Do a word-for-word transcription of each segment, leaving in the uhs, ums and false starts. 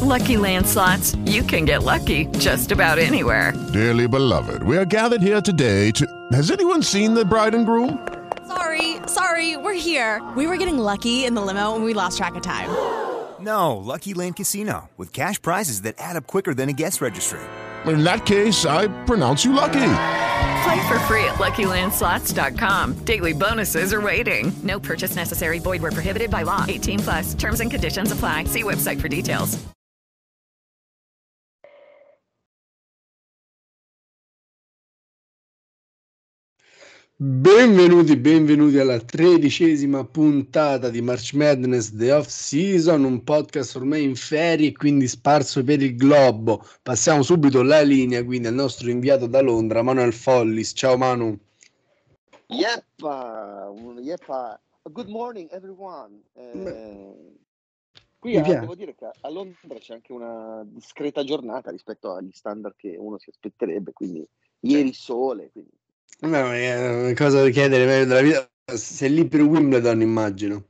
Lucky Land Slots, you can get lucky just about anywhere. Dearly beloved, we are gathered here today to... Has anyone seen the bride and groom? Sorry, sorry, we're here. We were getting lucky in the limo and we lost track of time. No, Lucky Land Casino, with cash prizes that add up quicker than a guest registry. In that case, I pronounce you lucky. Play for free at Lucky Land Slots dot com. Daily bonuses are waiting. No purchase necessary. Void where prohibited by law. eighteen plus. Terms and conditions apply. See website for details. Benvenuti, benvenuti alla tredicesima puntata di March Madness The Off Season, un podcast ormai in ferie e quindi sparso per il globo. Passiamo subito la linea quindi al nostro inviato da Londra, Manuel Follis. Ciao Manu. Yeppa, yeppa. Good morning everyone. Eh, qui Mi ah, piace. devo dire che a Londra c'è anche una discreta giornata rispetto agli standard che uno si aspetterebbe, quindi ieri sole, quindi No, è cosa da chiedere meglio della vita. Sei lì per Wimbledon, immagino.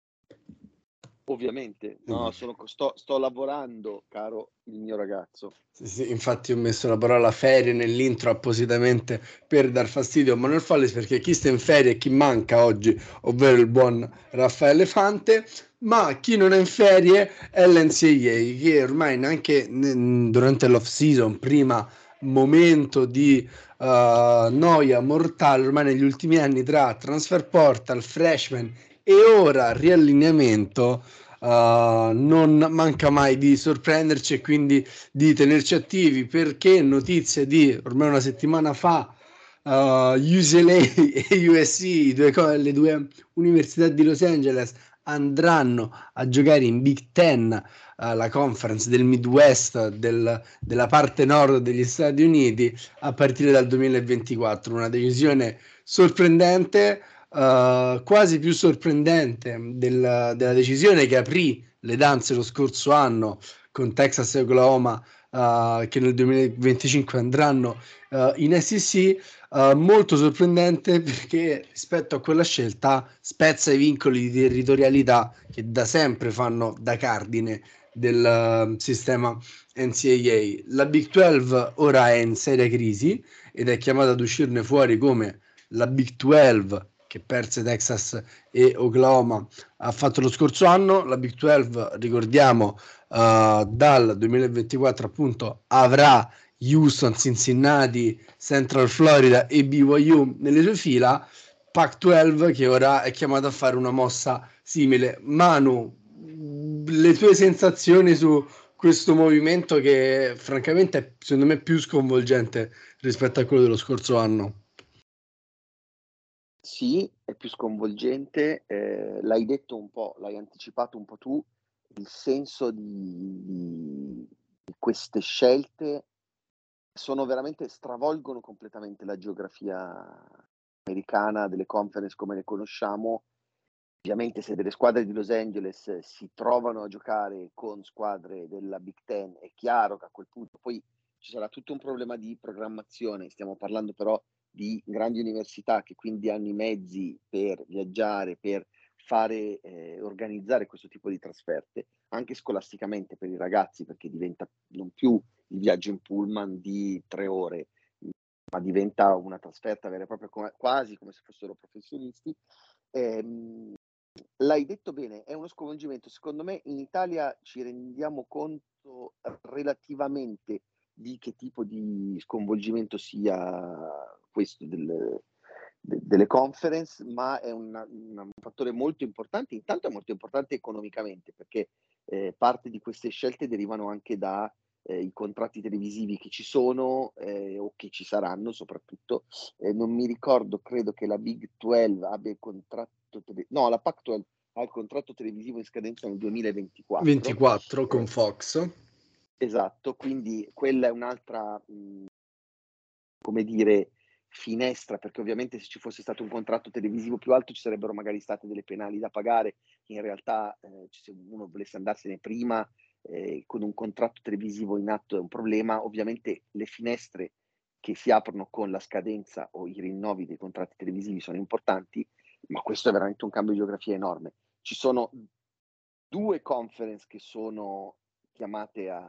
ovviamente no, sono, sto, sto lavorando, caro il mio ragazzo. Sì, sì, infatti ho messo la parola ferie nell'intro appositamente per dar fastidio a Manuel Follis, perché chi sta in ferie e chi manca oggi, ovvero il buon Raffaele Fante, ma chi non è in ferie è l'N C A A, che ormai neanche n- durante l'off season, prima momento di uh, noia mortale, ormai negli ultimi anni tra transfer portal, freshman e ora riallineamento, uh, non manca mai di sorprenderci e quindi di tenerci attivi, perché notizie di ormai una settimana fa, uh, U C L A e U S C, i due co- le due università di Los Angeles, andranno a giocare in Big Ten, uh, la conference del Midwest, del, della parte nord degli Stati Uniti, a partire dal duemilaventiquattro. Una decisione sorprendente, uh, quasi più sorprendente del, della decisione che aprì le danze lo scorso anno con Texas e Oklahoma, uh, che nel duemilaventicinque andranno uh, in S E C. Uh, molto sorprendente, perché rispetto a quella scelta spezza i vincoli di territorialità che da sempre fanno da cardine del uh, sistema N C A A. La Big dodici ora è in seria crisi ed è chiamata ad uscirne fuori come la Big dodici che perse Texas e Oklahoma ha fatto lo scorso anno. La Big dodici, ricordiamo, uh, dal duemilaventiquattro appunto avrà Houston, Cincinnati, Central Florida e B Y U nelle sue fila. Pac dodici che ora è chiamato a fare una mossa simile. Manu, le tue sensazioni su questo movimento che francamente è, secondo me, più sconvolgente rispetto a quello dello scorso anno? Sì, è più sconvolgente, eh, l'hai detto un po', l'hai anticipato un po' tu, il senso di, di, di queste scelte sono veramente, stravolgono completamente la geografia americana, delle conference come le conosciamo. Ovviamente se delle squadre di Los Angeles si trovano a giocare con squadre della Big Ten, è chiaro che a quel punto poi ci sarà tutto un problema di programmazione. Stiamo parlando però di grandi università che quindi hanno i mezzi per viaggiare, per fare, eh, organizzare questo tipo di trasferte, anche scolasticamente per i ragazzi, perché diventa non più il viaggio in pullman di tre ore, ma diventa una trasferta vera e propria, come, quasi come se fossero professionisti. Ehm, l'hai detto bene, è uno sconvolgimento. Secondo me in Italia ci rendiamo conto relativamente di che tipo di sconvolgimento sia questo del, de, delle conference, ma è una, una, un fattore molto importante. Intanto è molto importante economicamente, perché eh, parte di queste scelte derivano anche da eh, i contratti televisivi che ci sono eh, o che ci saranno soprattutto. Eh, non mi ricordo, credo che la Big dodici abbia il contratto tele- no, la Pac dodici ha il contratto televisivo in scadenza nel duemilaventiquattro. ventiquattro con eh, Fox. Esatto, quindi quella è un'altra, mh, come dire, finestra, perché ovviamente se ci fosse stato un contratto televisivo più alto ci sarebbero magari state delle penali da pagare. In realtà eh, se uno volesse andarsene prima eh, con un contratto televisivo in atto è un problema. Ovviamente le finestre che si aprono con la scadenza o i rinnovi dei contratti televisivi sono importanti, ma questo è veramente un cambio di geografia enorme. Ci sono due conference che sono chiamate a,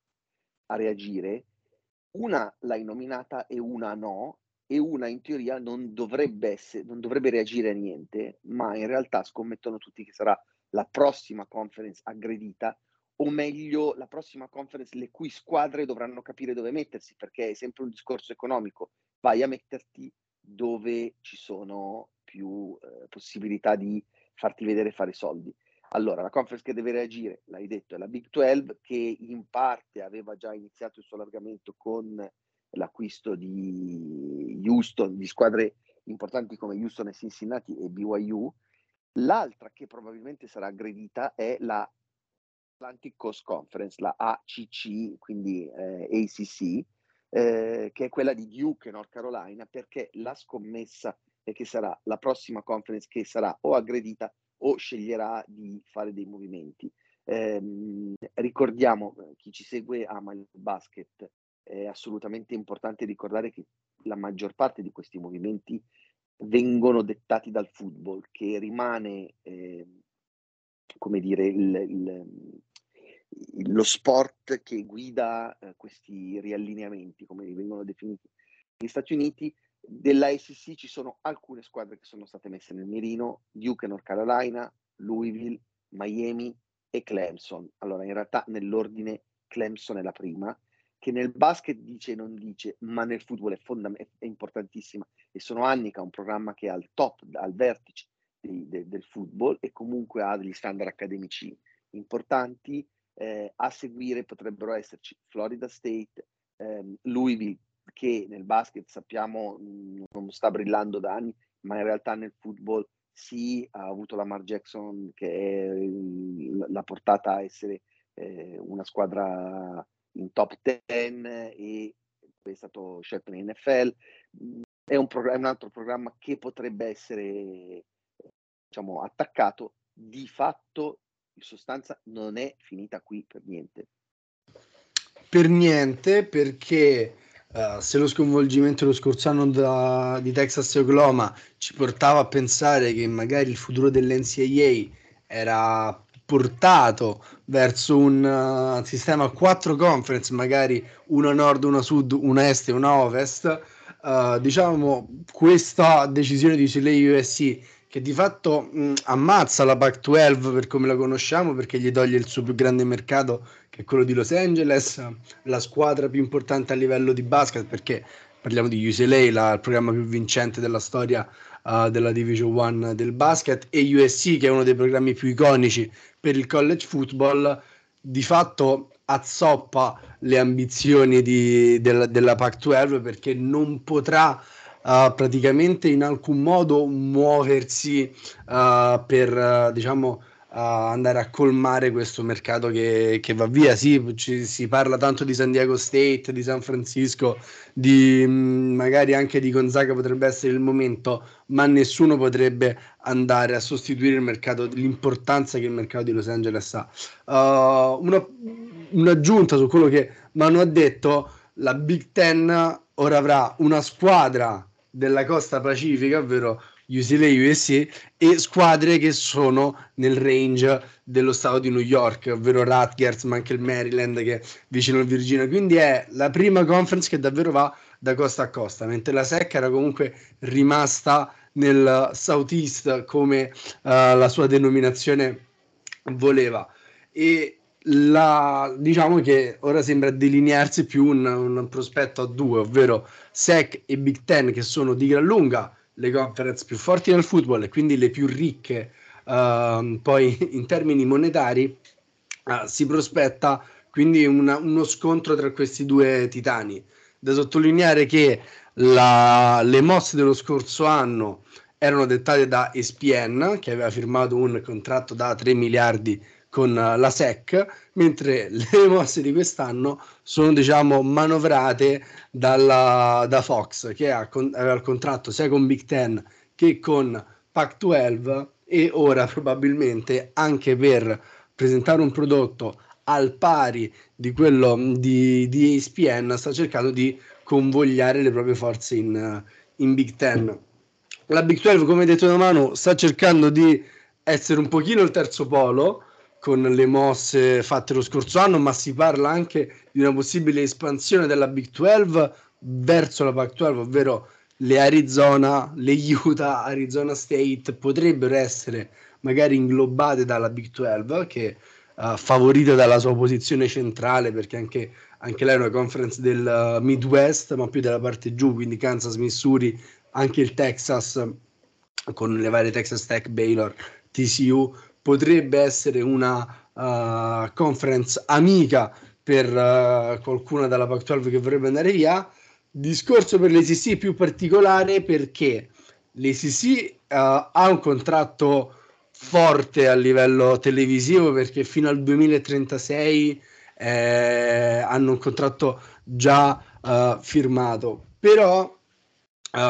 a reagire, una l'hai nominata e una no, e una in teoria non dovrebbe essere, non dovrebbe reagire a niente, ma in realtà scommettono tutti che sarà la prossima conference aggredita, o meglio la prossima conference le cui squadre dovranno capire dove mettersi, perché è sempre un discorso economico, vai a metterti dove ci sono più eh, possibilità di farti vedere e fare soldi. Allora, la conference che deve reagire, l'hai detto, è la Big dodici, che in parte aveva già iniziato il suo allargamento con l'acquisto di Houston, di squadre importanti come Houston e Cincinnati e B Y U. L'altra che probabilmente sarà aggredita è la Atlantic Coast Conference, la A C C, quindi eh, A C C, eh, che è quella di Duke e North Carolina, perché la scommessa è che sarà la prossima conference che sarà o aggredita o sceglierà di fare dei movimenti. Eh, ricordiamo, chi ci segue ama il basket, è assolutamente importante ricordare che la maggior parte di questi movimenti vengono dettati dal football, che rimane, eh, come dire, il, il, il, lo sport che guida eh, questi riallineamenti, come vengono definiti negli Stati Uniti. Della A C C ci sono alcune squadre che sono state messe nel mirino: Duke e North Carolina, Louisville, Miami e Clemson. Allora, in realtà nell'ordine Clemson è la prima, che nel basket dice e non dice, ma nel football è, fondam- è importantissima, e sono anni che ha un programma che è al top, al vertice di, de, del football, e comunque ha degli standard accademici importanti. Eh, a seguire potrebbero esserci Florida State, ehm, Louisville, che nel basket sappiamo mh, non sta brillando da anni, ma in realtà nel football sì, ha avuto Lamar Jackson che è, mh, l'ha portata a essere eh, una squadra in top dieci, e è stato scelto in N F L. È un, prog- è un altro programma che potrebbe essere, diciamo, attaccato. Di fatto, in sostanza, non è finita qui per niente. Per niente, perché uh, se lo sconvolgimento lo scorso anno da, di Texas e Oklahoma ci portava a pensare che magari il futuro dell'N C A A era portato verso un uh, sistema a quattro conference, magari una nord, una sud, una est e una ovest, uh, diciamo questa decisione di U C L A U S C, che di fatto mh, ammazza la Pac dodici per come la conosciamo, perché gli toglie il suo più grande mercato, che è quello di Los Angeles, la squadra più importante a livello di basket, perché parliamo di U C L A, la, il programma più vincente della storia uh, della Division One del basket, e U S C, che è uno dei programmi più iconici per il college football. Di fatto azzoppa le ambizioni di, del, della Pac dodici, perché non potrà Uh, praticamente in alcun modo muoversi uh, per uh, diciamo uh, andare a colmare questo mercato che, che va via. Sì, ci, si parla tanto di San Diego State, di San Francisco, di mh, magari anche di Gonzaga potrebbe essere il momento, ma nessuno potrebbe andare a sostituire il mercato, l'importanza che il mercato di Los Angeles ha. Uh, una, un'aggiunta su quello che Manu ha detto: la Big Ten ora avrà una squadra della costa pacifica, ovvero U C L A U S C, e squadre che sono nel range dello stato di New York, ovvero Rutgers, ma anche il Maryland, che è vicino al Virginia. Quindi è la prima conference che davvero va da costa a costa, mentre la S E C era comunque rimasta nel Southeast, come uh, la sua denominazione voleva. E la, diciamo che ora sembra delinearsi più un, un prospetto a due, ovvero S E C e Big Ten, che sono di gran lunga le conference più forti nel football e quindi le più ricche uh, poi in termini monetari. Uh, si prospetta quindi una, uno scontro tra questi due titani. Da sottolineare che la, le mosse dello scorso anno erano dettate da E S P N, che aveva firmato un contratto da tre miliardi con la S E C, mentre le mosse di quest'anno sono, diciamo, manovrate dalla, da Fox, che ha, con, aveva il contratto sia con Big Ten che con Pac dodici, e ora probabilmente anche per presentare un prodotto al pari di quello di, di E S P N sta cercando di convogliare le proprie forze in, in Big Ten. La Big dodici, come detto da Manu, sta cercando di essere un pochino il terzo polo, con le mosse fatte lo scorso anno, ma si parla anche di una possibile espansione della Big dodici verso la Pac dodici, ovvero le Arizona, le Utah, Arizona State potrebbero essere magari inglobate dalla Big dodici, che uh, favorita dalla sua posizione centrale, perché anche, anche lei è una conference del uh, Midwest, ma più della parte giù, quindi Kansas, Missouri, anche il Texas, con le varie Texas Tech, Baylor, T C U, potrebbe essere una uh, conference amica per uh, qualcuna dalla Pac dodici che vorrebbe andare via. Discorso per l'A C C più particolare, perché l'A C C uh, ha un contratto forte a livello televisivo, perché fino al duemilatrentasei eh, hanno un contratto già uh, firmato, però uh,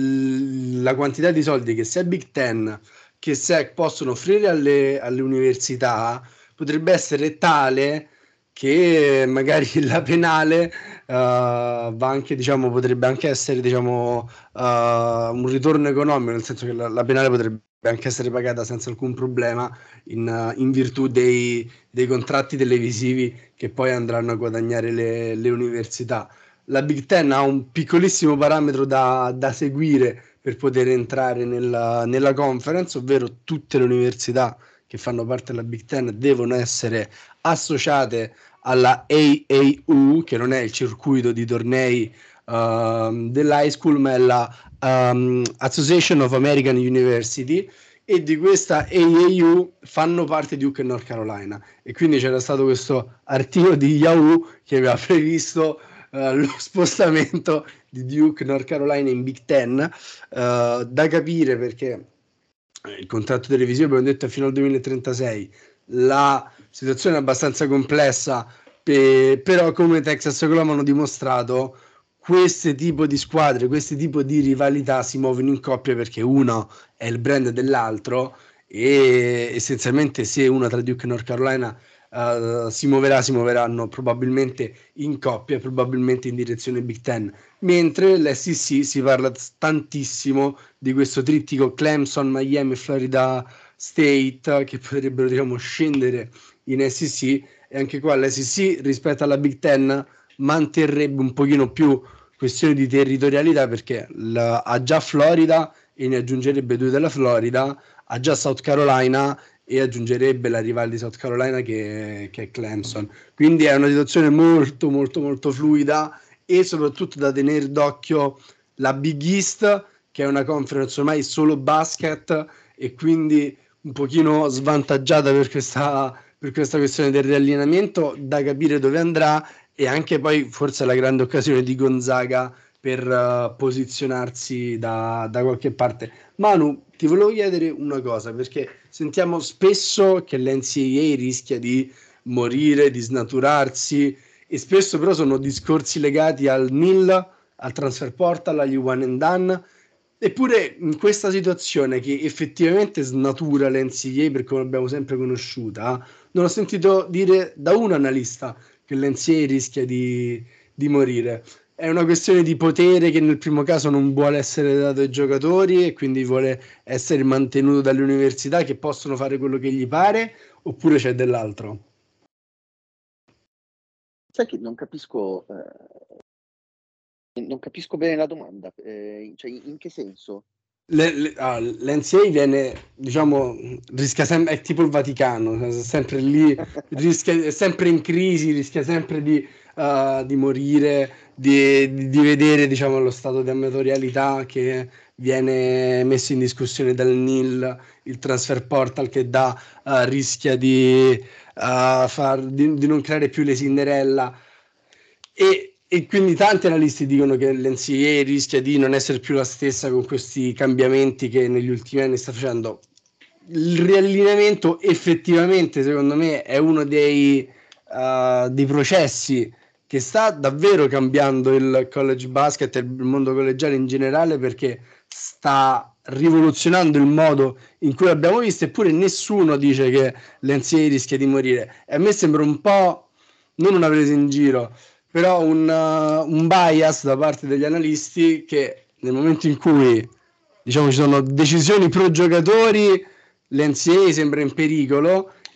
l- la quantità di soldi che sia Big Ten che S E C possono offrire alle, alle università potrebbe essere tale che magari la penale uh, va anche, diciamo, potrebbe anche essere, diciamo, uh, un ritorno economico, nel senso che la, la penale potrebbe anche essere pagata senza alcun problema in, uh, in virtù dei, dei contratti televisivi che poi andranno a guadagnare le, le università. La Big Ten ha un piccolissimo parametro da, da seguire per poter entrare nella, nella conference, ovvero tutte le università che fanno parte della Big Ten devono essere associate alla A A U, che non è il circuito di tornei uh, dell'high school, ma è la um, Association of American University, e di questa A A U fanno parte Duke e North Carolina, e quindi c'era stato questo articolo di Yahoo che aveva previsto uh, lo spostamento di Duke North Carolina in Big Ten, uh, da capire, perché il contratto televisivo, abbiamo detto, è fino al duemilatrentasei. La situazione è abbastanza complessa, pe- però come Texas e Oklahoma hanno dimostrato, questo tipo di squadre, questo tipo di rivalità si muovono in coppia, perché uno è il brand dell'altro, e essenzialmente se una tra Duke e North Carolina uh, si muoverà, si muoveranno probabilmente in coppia, probabilmente in direzione Big Ten, mentre l'S E C si parla tantissimo di questo trittico Clemson, Miami e Florida State, che potrebbero, diciamo, scendere in S E C, e anche qua l'S E C rispetto alla Big Ten manterrebbe un pochino più questione di territorialità, perché la, ha già Florida e ne aggiungerebbe due della Florida, ha già South Carolina e aggiungerebbe la rivale di South Carolina che, che è Clemson. Quindi è una situazione molto molto molto fluida, e soprattutto da tenere d'occhio la Big East, che è una conference ormai solo basket, e quindi un pochino svantaggiata per questa, per questa questione del riallineamento, da capire dove andrà, e anche poi forse la grande occasione di Gonzaga per uh, posizionarsi da, da qualche parte. Manu, ti volevo chiedere una cosa, perché sentiamo spesso che l'N C A A rischia di morire, di snaturarsi, e spesso però sono discorsi legati al N I L, al transfer portal, agli one and done. Eppure in questa situazione che effettivamente snatura l'N C A A per come l'abbiamo sempre conosciuta, non ho sentito dire da un analista che l'N C A A rischia di, di morire. È una questione di potere che nel primo caso non vuole essere dato ai giocatori e quindi vuole essere mantenuto dalle università che possono fare quello che gli pare, oppure c'è dell'altro? Sai che non capisco, eh, non capisco bene la domanda, eh, cioè in che senso? Le, le, ah, l'N C A A viene, diciamo, rischia sempre, è tipo il Vaticano, è sempre lì, rischia, è sempre in crisi, rischia sempre di, uh, di morire, di, di, di vedere, diciamo, lo stato di amatorialità che viene messo in discussione dal N I L, il transfer portal che dà, uh, rischia di, uh, far, di, di non creare più le Cinderella, e E quindi tanti analisti dicono che l'N C A A rischia di non essere più la stessa con questi cambiamenti che negli ultimi anni sta facendo. Il riallineamento effettivamente, secondo me, è uno dei, uh, dei processi che sta davvero cambiando il college basket e il mondo collegiale in generale, perché sta rivoluzionando il modo in cui l'abbiamo visto, eppure nessuno dice che l'N C A A rischia di morire. E a me sembra un po', non una presa in giro, però un, uh, un bias da parte degli analisti, che nel momento in cui, diciamo, ci sono decisioni pro giocatori, l'N C A A sembra in pericolo,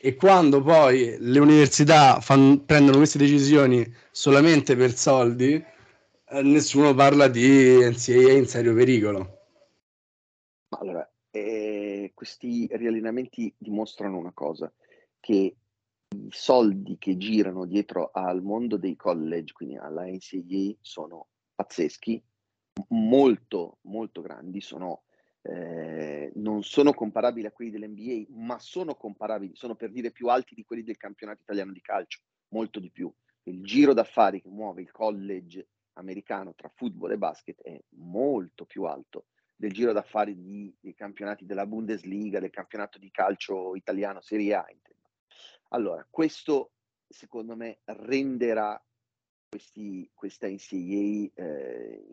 e quando poi le università fanno, prendono queste decisioni solamente per soldi, eh, nessuno parla di N C A A in serio pericolo. Allora, eh, questi riallineamenti dimostrano una cosa, che i soldi che girano dietro al mondo dei college, quindi alla N C A A, sono pazzeschi, molto, molto grandi, sono, eh, non sono comparabili a quelli dell'N B A, ma sono comparabili, sono per dire più alti di quelli del campionato italiano di calcio, molto di più. Il giro d'affari che muove il college americano tra football e basket è molto più alto del giro d'affari di, dei campionati della Bundesliga, del campionato di calcio italiano Serie A. Intendo. Allora, questo secondo me renderà questi, questa N C A A eh,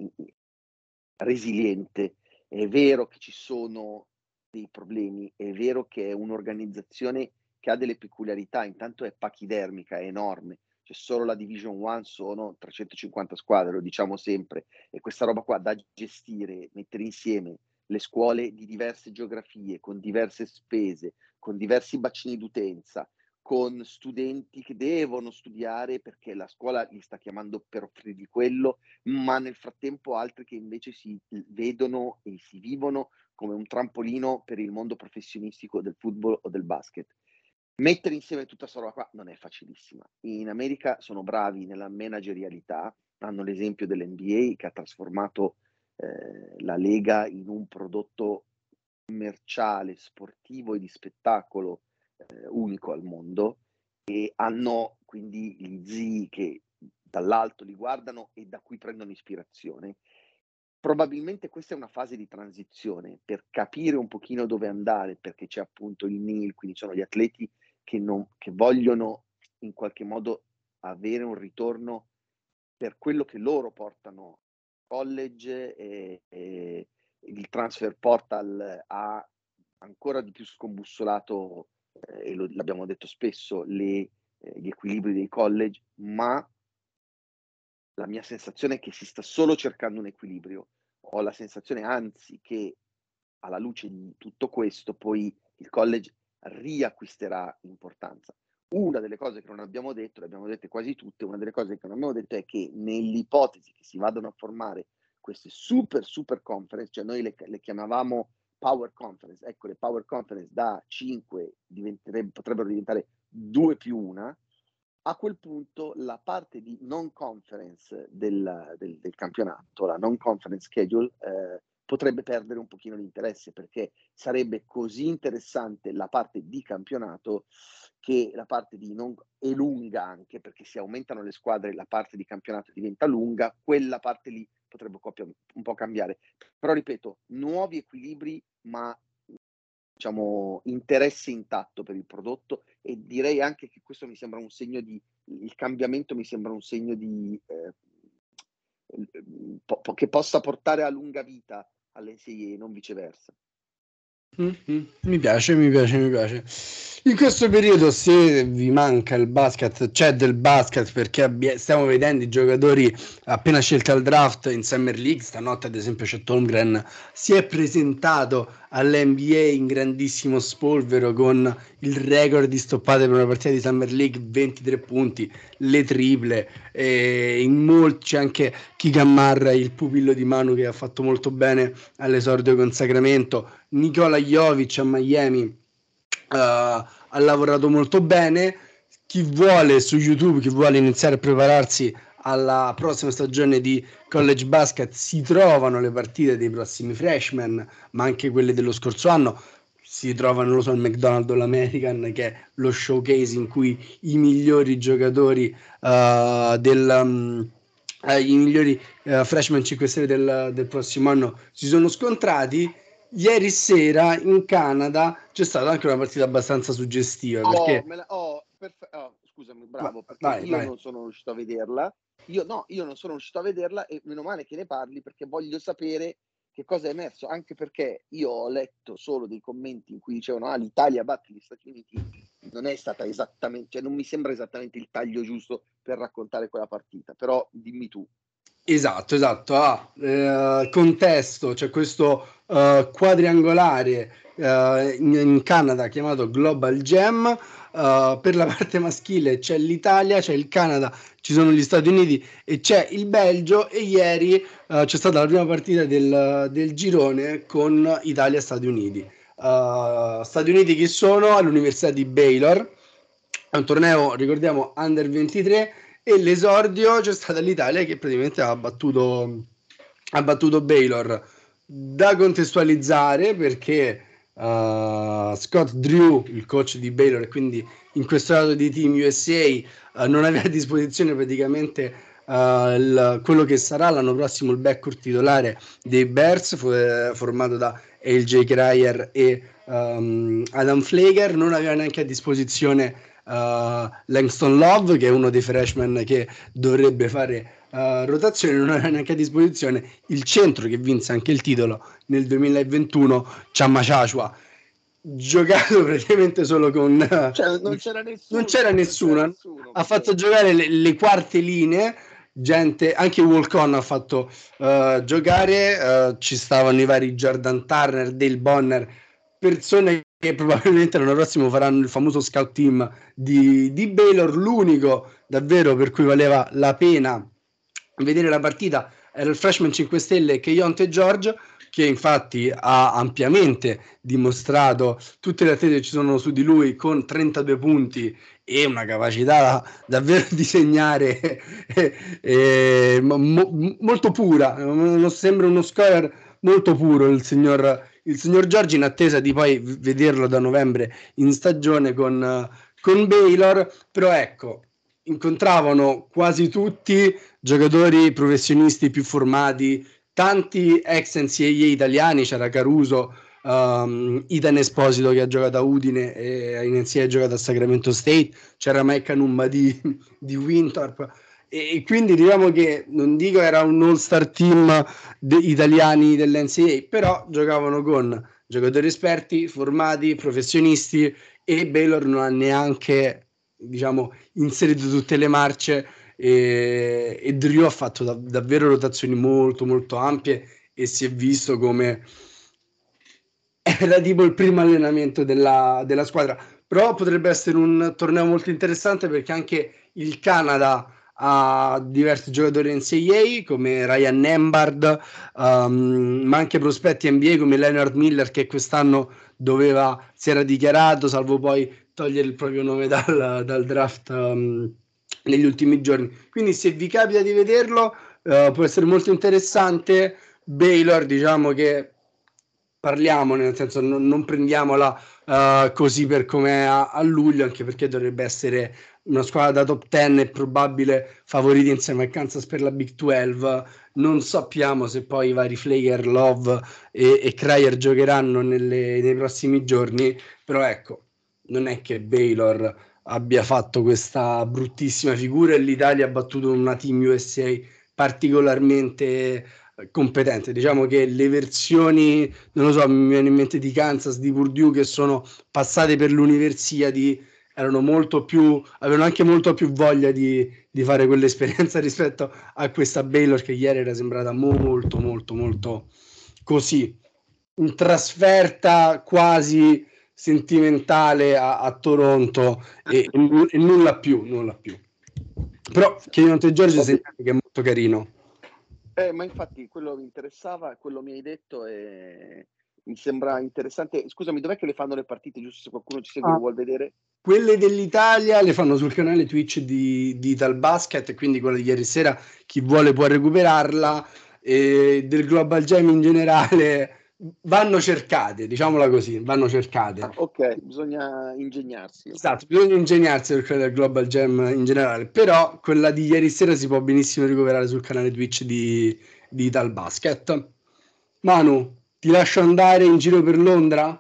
resiliente. È vero che ci sono dei problemi, è vero che è un'organizzazione che ha delle peculiarità, intanto è pachidermica, è enorme, cioè solo la Division One sono trecentocinquanta squadre, lo diciamo sempre, e questa roba qua da gestire, mettere insieme le scuole di diverse geografie, con diverse spese, con diversi bacini d'utenza, con studenti che devono studiare perché la scuola li sta chiamando per offrirgli quello, ma nel frattempo altri che invece si vedono e si vivono come un trampolino per il mondo professionistico del football o del basket. Mettere insieme tutta questa roba qua non è facilissima. In America sono bravi nella managerialità, hanno l'esempio dell'N B A che ha trasformato eh, la Lega in un prodotto commerciale, sportivo e di spettacolo eh, unico al mondo, e hanno quindi gli zii che dall'alto li guardano e da cui prendono ispirazione. Probabilmente questa è una fase di transizione per capire un pochino dove andare, perché c'è appunto il N I L, quindi sono gli atleti che, non, che vogliono in qualche modo avere un ritorno per quello che loro portano al college, e, e il transfer portal ha ancora di più scombussolato, eh, e lo, l'abbiamo detto spesso, le, eh, gli equilibri dei college, ma la mia sensazione è che si sta solo cercando un equilibrio. Ho la sensazione, anzi, che alla luce di tutto questo poi il college riacquisterà importanza. Una delle cose che non abbiamo detto, le abbiamo dette quasi tutte, una delle cose che non abbiamo detto è che nell'ipotesi che si vadano a formare queste super super conference, cioè noi le, le chiamavamo power conference, ecco, le power conference da cinque potrebbero diventare due più una, a quel punto la parte di non conference del, del, del campionato, la non conference schedule, eh, potrebbe perdere un pochino l'interesse, perché sarebbe così interessante la parte di campionato che la parte di non è lunga, anche perché si aumentano le squadre, la parte di campionato diventa lunga, quella parte lì potrebbe un po' cambiare. Però ripeto, nuovi equilibri, ma diciamo interesse intatto per il prodotto, e direi anche che questo mi sembra un segno di il cambiamento mi sembra un segno di eh, po- che possa portare a lunga vita all'N C A A, non viceversa. Mm-hmm. Mi piace, mi piace, mi piace. In questo periodo, se vi manca il basket, c'è del basket, perché abbia- stiamo vedendo i giocatori appena scelti al draft in Summer League. Stanotte, ad esempio, Chet Holmgren si è presentato all'N B A in grandissimo spolvero con il record di stoppate per una partita di Summer League, ventitré punti, le triple, e in molti c'è anche Keegan Murray, il pupillo di Manu, che ha fatto molto bene all'esordio con Sacramento. Nikola Jovic a Miami uh, ha lavorato molto bene. Chi vuole su YouTube, chi vuole iniziare a prepararsi alla prossima stagione di college basket, si trovano le partite dei prossimi freshman, ma anche quelle dello scorso anno. Si trovano, non lo so, il McDonald's o l'American, che è lo showcase in cui i migliori giocatori uh, del um, uh, i migliori uh, freshman cinque stelle del, del prossimo anno si sono scontrati. Ieri sera in Canada c'è stata anche una partita abbastanza suggestiva, Oh, perché me la, oh, perfe- oh, scusami, bravo, perché vai, io vai. non sono riuscito a vederla. Io no, io non sono riuscito a vederla, e meno male che ne parli, perché voglio sapere che cosa è emerso, anche perché io ho letto solo dei commenti in cui dicevano ah, l'Italia batte gli Stati Uniti. Non è stata esattamente, cioè non mi sembra esattamente il taglio giusto per raccontare quella partita, però dimmi tu. Esatto, esatto. Ah, eh, contesto, c'è cioè questo uh, quadriangolare uh, in, in Canada chiamato Global Jam. Uh, per la parte maschile c'è l'Italia, c'è il Canada, ci sono gli Stati Uniti e c'è il Belgio. E ieri uh, c'è stata la prima partita del, del girone con Italia e Stati Uniti. Uh, Stati Uniti chi sono? All'Università di Baylor. È un torneo, ricordiamo, under ventitré. E l'esordio c'è stata l'Italia che praticamente ha battuto, ha battuto Baylor. Da contestualizzare perché uh, Scott Drew, il coach di Baylor, e quindi in questo lato di Team U S A, uh, non aveva a disposizione praticamente uh, il, quello che sarà l'anno prossimo il backcourt titolare dei Bears, fu- formato da A J Cryer e um, Adam Flager. Non aveva neanche a disposizione Uh, Langston Love, che è uno dei freshman che dovrebbe fare uh, rotazione. Non aveva neanche a disposizione il centro che vinse anche il titolo nel duemilaventuno, Chama Chachua, giocato praticamente solo con uh, cioè, non c'era nessuno, non c'era nessuno, non c'era nessuno ha fatto giocare le, le quarte linee, gente, anche Walk-On ha fatto uh, giocare, uh, ci stavano i vari Jordan Turner, Dale Bonner, persone che probabilmente l'anno prossimo faranno il famoso scout team di, di Baylor. L'unico davvero per cui valeva la pena vedere la partita era il freshman cinque stelle Keyonte George, che infatti ha ampiamente dimostrato tutte le attese che ci sono su di lui, con trentadue punti e una capacità davvero di segnare eh, eh, mo- molto pura. Non sembra uno scorer molto puro il signor il signor Giorgi, in attesa di poi vederlo da novembre in stagione con, con Baylor. Però ecco, incontravano quasi tutti giocatori professionisti più formati, tanti ex N C A A italiani. C'era Caruso, um, Ethan Esposito che ha giocato a Udine e in N C A A ha giocato a Sacramento State, c'era Mike Anumma di, di Winthrop. E quindi diciamo che non dico era un all-star team de- italiani dell'N C A A, però giocavano con giocatori esperti, formati, professionisti, e Baylor non ha neanche, diciamo, inserito tutte le marce, e, e Drew ha fatto da- davvero rotazioni molto molto ampie e si è visto come era tipo il primo allenamento della, della squadra. Però potrebbe essere un torneo molto interessante perché anche il Canada ha diversi giocatori N C A A come Ryan Nembhard, um, ma anche prospetti N B A come Leonard Miller, che quest'anno doveva, si era dichiarato, salvo poi togliere il proprio nome dal, dal draft um, negli ultimi giorni. Quindi se vi capita di vederlo uh, può essere molto interessante. Baylor, diciamo che parliamone, nel senso non, non prendiamola uh, così per come a, a luglio, anche perché dovrebbe essere una squadra da top dieci e probabile favorita insieme a Kansas per la Big dodici. Non sappiamo se poi i vari Flager, Love e, e Cryer giocheranno nelle, nei prossimi giorni, però ecco, non è che Baylor abbia fatto questa bruttissima figura e l'Italia ha battuto una Team U S A particolarmente competente. Diciamo che le versioni, non lo so, mi viene in mente di Kansas, di Purdue, che sono passate per l'Universiadi, erano molto più, avevano anche molto più voglia di, di fare quell'esperienza rispetto a questa Baylor che ieri era sembrata molto molto molto così, in trasferta quasi sentimentale a, a Toronto e, e, e nulla più, nulla più. Però Keyonte George segnale che è molto carino. Eh, ma infatti quello mi interessava, quello mi hai detto e mi sembra interessante. Scusami, dov'è che le fanno le partite, giusto se qualcuno ci segue e Ah, lo vuol vedere? Quelle dell'Italia le fanno sul canale Twitch di, di Ital Basket, quindi quella di ieri sera chi vuole può recuperarla, e del Global Jam in generale vanno cercate, diciamola così, vanno cercate. Ah, ok, bisogna ingegnarsi. Okay. Esatto, bisogna ingegnarsi per quella del Global Jam in generale, però quella di ieri sera si può benissimo recuperare sul canale Twitch di, di Ital Basket. Manu, ti lascio andare in giro per Londra?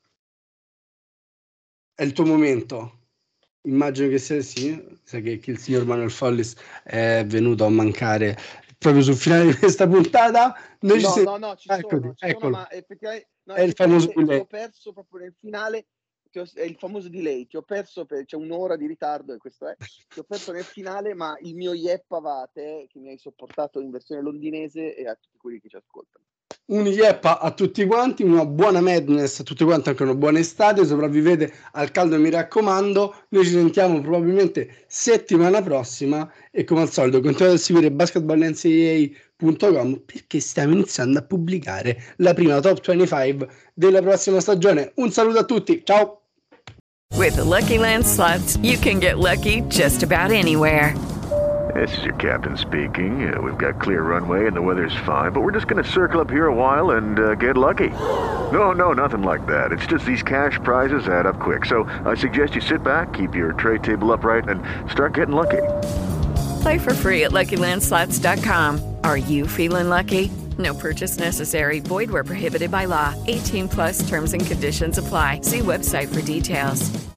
È il tuo momento. Immagino che sia sì, sai che, che il signor Manuel Follis è venuto a mancare proprio sul finale di questa puntata. Noi no, ci sei... no, no, ci Eccoti, sono, ci eccolo. sono, ma effettivamente, no, È il famoso effettivamente delay. l'ho perso proprio nel finale, ti ho, è il famoso delay, ti ho perso, per, c'è un'ora di ritardo e questo è, ti ho perso nel finale, ma il mio yeppa va a te che mi hai sopportato in versione londinese e a tutti quelli che ci ascoltano. Un yeppa a tutti quanti, una buona Madness a tutti quanti, anche una buona estate, sopravvivete al caldo mi raccomando, noi ci sentiamo probabilmente settimana prossima e come al solito continuate a seguire basketball N C A A punto com perché stiamo iniziando a pubblicare la prima top venticinque della prossima stagione. Un saluto a tutti, ciao! With the Lucky Land Slots, you can get lucky just about anywhere. This is your captain speaking. Uh, we've got clear runway and the weather's fine, but we're just going to circle up here a while and uh, get lucky. No, no, nothing like that. It's just these cash prizes add up quick. So I suggest you sit back, keep your tray table upright, and start getting lucky. Play for free at Lucky Land Slots dot com. Are you feeling lucky? No purchase necessary. Void where prohibited by law. eighteen plus terms and conditions apply. See website for details.